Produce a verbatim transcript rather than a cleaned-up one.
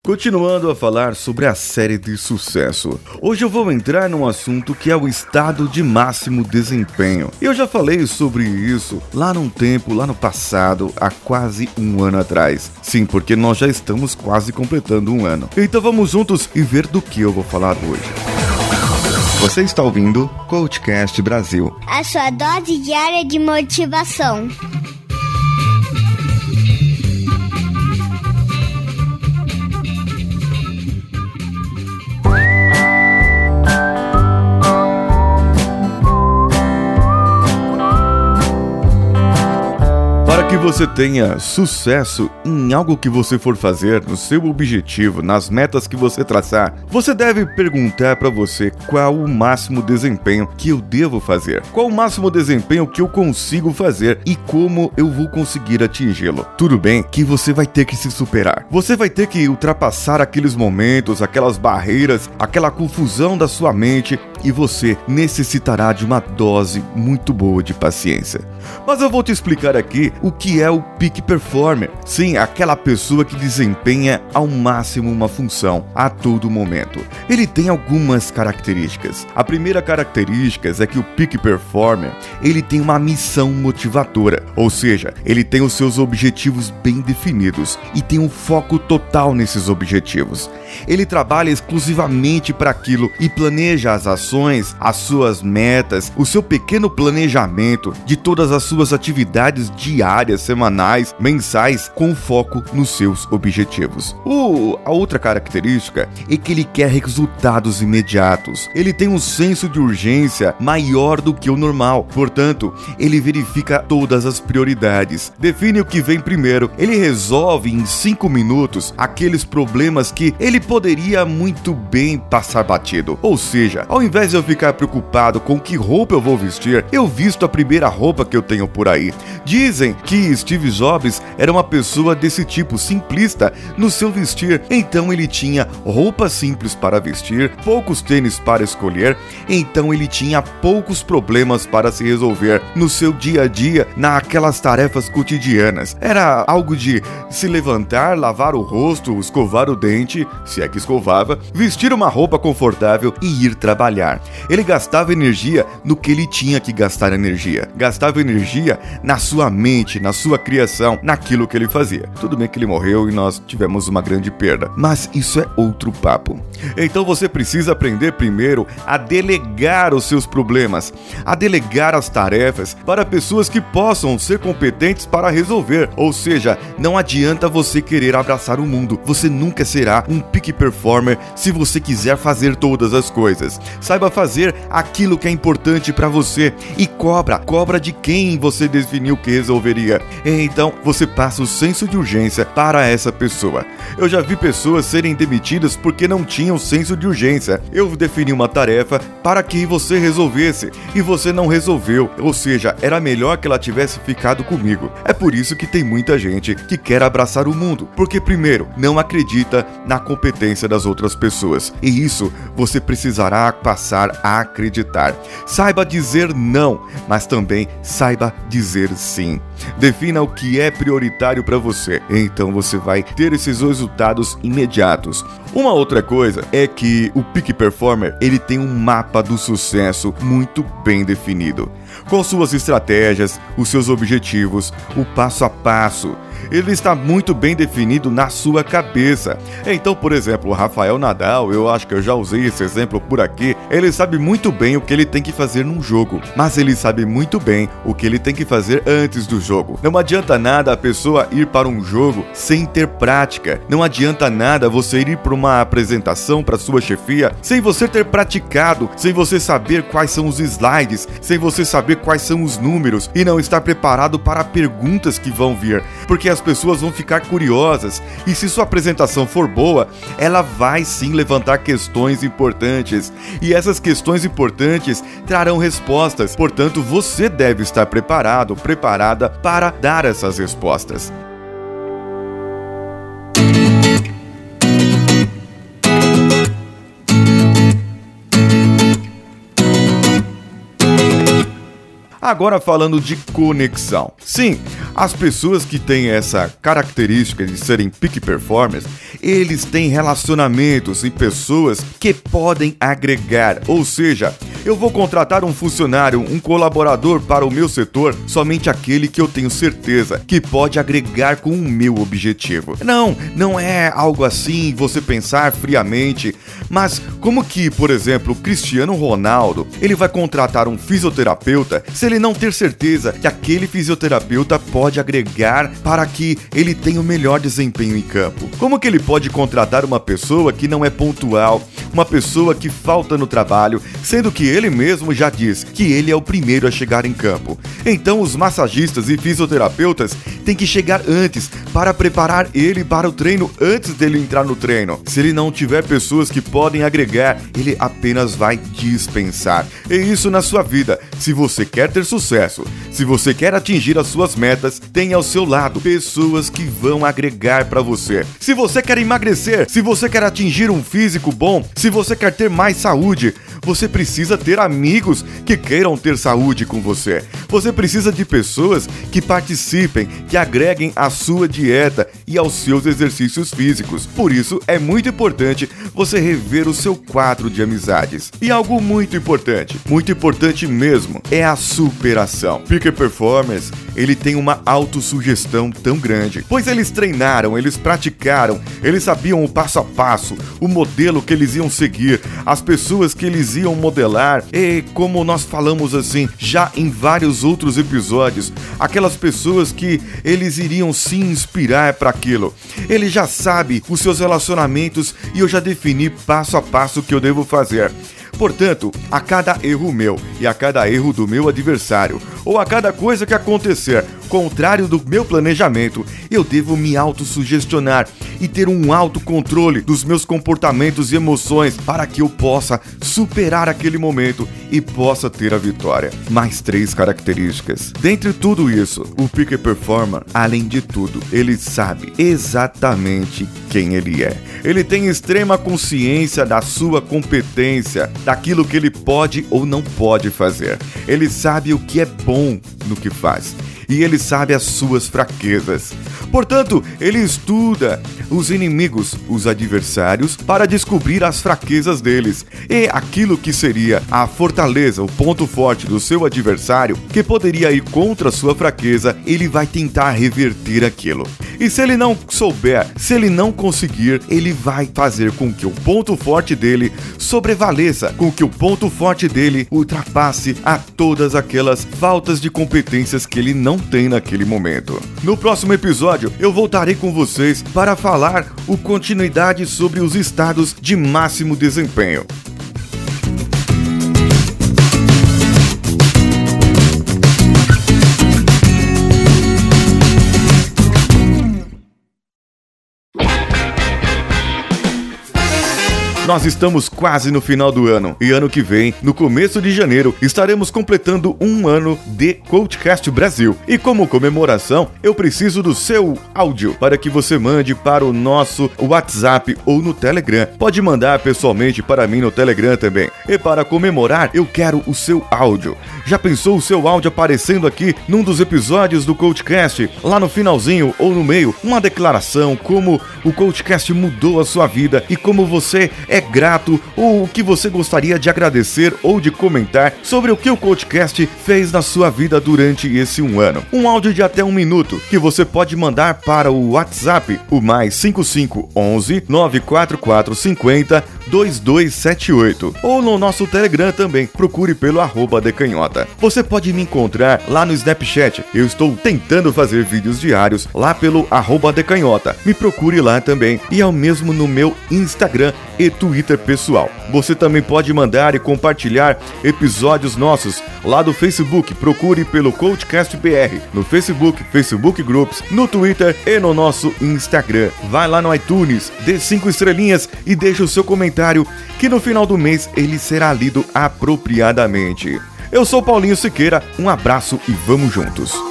Continuando a falar sobre a série de sucesso, hoje eu vou entrar num assunto que é o estado de máximo desempenho. Eu já falei sobre isso lá num tempo, lá no passado, há quase um ano atrás. Sim, porque nós já estamos quase completando um ano. Então vamos juntos e ver do que eu vou falar hoje. Você está ouvindo Coachcast Brasil, a sua dose diária de motivação. Para que você tenha sucesso em algo que você for fazer, no seu objetivo, nas metas que você traçar, você deve perguntar para você qual o máximo desempenho que eu devo fazer, qual o máximo desempenho que eu consigo fazer e como eu vou conseguir atingi-lo. Tudo bem que você vai ter que se superar, você vai ter que ultrapassar aqueles momentos, aquelas barreiras, aquela confusão da sua mente e você necessitará de uma dose muito boa de paciência. Mas eu vou te explicar aqui o que é o Peak Performer. Sim, aquela pessoa que desempenha ao máximo uma função a todo momento. Ele tem algumas características. A primeira característica é que o Peak Performer, ele tem uma missão motivadora, ou seja, ele tem os seus objetivos bem definidos e tem um foco total nesses objetivos. Ele trabalha exclusivamente para aquilo e planeja as ações, as suas metas, o seu pequeno planejamento de todas as suas atividades diárias, semanais, mensais, com foco nos seus objetivos. O, a outra característica é que ele quer resultados imediatos. Ele tem um senso de urgência maior do que o normal. Portanto, ele verifica todas as prioridades, define o que vem primeiro. Ele resolve em cinco minutos aqueles problemas que ele poderia muito bem passar batido. Ou seja, ao invés de eu ficar preocupado com que roupa eu vou vestir, eu visto a primeira roupa que eu tenho por aí. Dizem que Steve Jobs era uma pessoa desse tipo, simplista no seu vestir. Então ele tinha roupa simples para vestir, poucos tênis para escolher, então ele tinha poucos problemas para se resolver no seu dia a dia, naquelas tarefas cotidianas. Era algo de se levantar, lavar o rosto, escovar o dente, se é que escovava, vestir uma roupa confortável e ir trabalhar. Ele gastava energia no que ele tinha que gastar energia. Gastava energia na sua mente, na sua criação, naquilo que ele fazia. Tudo bem que ele morreu e nós tivemos uma grande perda, mas isso é outro papo. Então você precisa aprender primeiro a delegar os seus problemas, a delegar as tarefas para pessoas que possam ser competentes para resolver. Ou seja, não adianta você querer abraçar o mundo. Você nunca será um peak performer se você quiser fazer todas as coisas. Saiba fazer aquilo que é importante para você e cobra, cobra de quem você definiu que resolveria. Então você passa o senso de urgência para essa pessoa. Eu já vi pessoas serem demitidas porque não tinham senso de urgência. Eu defini uma tarefa para que você resolvesse e você não resolveu, ou seja, era melhor que ela tivesse ficado comigo. É por isso que tem muita gente que quer abraçar o mundo, porque primeiro, não acredita na competência das outras pessoas, e isso você precisará passar a acreditar. Saiba dizer não, mas também saiba dizer sim. Defina o que é prioritário para você, então você vai ter esses resultados imediatos. Uma outra coisa é que o Peak Performer, ele tem um mapa do sucesso muito bem definido, com suas estratégias, os seus objetivos, o passo a passo. Ele está muito bem definido na sua cabeça. Então, por exemplo, o Rafael Nadal, eu acho que eu já usei esse exemplo por aqui, ele sabe muito bem o que ele tem que fazer num jogo, mas ele sabe muito bem o que ele tem que fazer antes do jogo. Não adianta nada a pessoa ir para um jogo sem ter prática. Não adianta nada você ir para uma apresentação para sua chefia sem você ter praticado, sem você saber quais são os slides, sem você saber quais são os números e não estar preparado para perguntas que vão vir, porque as pessoas vão ficar curiosas e se sua apresentação for boa, ela vai sim levantar questões importantes e essas questões importantes trarão respostas, portanto você deve estar preparado, preparada para dar essas respostas. Agora falando de conexão. Sim, As pessoas que têm essa característica de serem peak performers, eles têm relacionamentos e pessoas que podem agregar, ou seja, eu vou contratar um funcionário, um colaborador para o meu setor, somente aquele que eu tenho certeza que pode agregar com o meu objetivo. Não, não é algo assim, você pensar friamente, mas como que, por exemplo, o Cristiano Ronaldo, ele vai contratar um fisioterapeuta se ele não ter certeza que aquele fisioterapeuta pode agregar para que ele tenha o melhor desempenho em campo? Como que ele pode contratar uma pessoa que não é pontual, uma pessoa que falta no trabalho, sendo que ele mesmo já diz que ele é o primeiro a chegar em campo? Então os massagistas e fisioterapeutas têm que chegar antes para preparar ele para o treino antes dele entrar no treino. Se ele não tiver pessoas que podem agregar, ele apenas vai dispensar. E isso na sua vida. Se você quer ter sucesso, se você quer atingir as suas metas, tenha ao seu lado pessoas que vão agregar para você. Se você quer emagrecer, se você quer atingir um físico bom, se você quer ter mais saúde, você precisa ter amigos que queiram ter saúde com você. Você precisa de pessoas que participem, que agreguem à sua dieta e aos seus exercícios físicos. Por isso, é muito importante você rever o seu quadro de amizades. E algo muito importante, muito importante mesmo, é a superação. Peak Performers, ele tem uma autossugestão tão grande, pois eles treinaram, eles praticaram, eles sabiam o passo a passo, o modelo que eles iam seguir, as pessoas que eles iam modelar e, como nós falamos assim, já em vários outros episódios, aquelas pessoas que eles iriam se inspirar para aquilo. Ele já sabe os seus relacionamentos e eu já defini passo a passo o que eu devo fazer. Portanto, a cada erro meu e a cada erro do meu adversário, ou a cada coisa que acontecer contrário do meu planejamento, eu devo me autossugestionar e ter um autocontrole dos meus comportamentos e emoções para que eu possa superar aquele momento e possa ter a vitória. Mais três características. Dentre tudo isso, o Peak Performer, além de tudo, ele sabe exatamente quem ele é. Ele tem extrema consciência da sua competência, daquilo que ele pode ou não pode fazer. Ele sabe o que é bom no que faz. E ele sabe as suas fraquezas. Portanto, ele estuda os inimigos, os adversários, para descobrir as fraquezas deles. E aquilo que seria a fortaleza, o ponto forte do seu adversário, que poderia ir contra a sua fraqueza, ele vai tentar reverter aquilo. E se ele não souber, se ele não conseguir, ele vai fazer com que o ponto forte dele sobrevaleça, com que o ponto forte dele ultrapasse a todas aquelas faltas de competências que ele não tem naquele momento. No próximo episódio, eu voltarei com vocês para falar o continuidade sobre os estados de máximo desempenho. Nós estamos quase no final do ano, e ano que vem, no começo de janeiro, estaremos completando um ano de CoachCast Brasil. E como comemoração, eu preciso do seu áudio para que você mande para o nosso WhatsApp ou no Telegram. Pode mandar pessoalmente para mim no Telegram também. E para comemorar, eu quero o seu áudio. Já pensou o seu áudio aparecendo aqui num dos episódios do CoachCast, lá no finalzinho ou no meio, uma declaração como o CoachCast mudou a sua vida e como você é grato, ou o que você gostaria de agradecer ou de comentar sobre o que o CoachCast fez na sua vida durante esse um ano. Um áudio de até um minuto que você pode mandar para o WhatsApp, o mais cinco cinco um um nove quatro quatro cinco zero dois dois sete oito, ou no nosso Telegram também, procure pelo arroba decanhota. Você pode me encontrar lá no Snapchat, eu estou tentando fazer vídeos diários lá pelo arroba decanhota, me procure lá também, e ao mesmo no meu Instagram e Twitter pessoal. Você também pode mandar e compartilhar episódios nossos lá do Facebook, procure pelo CoachCast B R, no Facebook, Facebook Groups, no Twitter e no nosso Instagram. Vai lá no iTunes, dê cinco estrelinhas e deixe o seu comentário, que no final do mês ele será lido apropriadamente. Eu sou Paulinho Siqueira, um abraço e vamos juntos!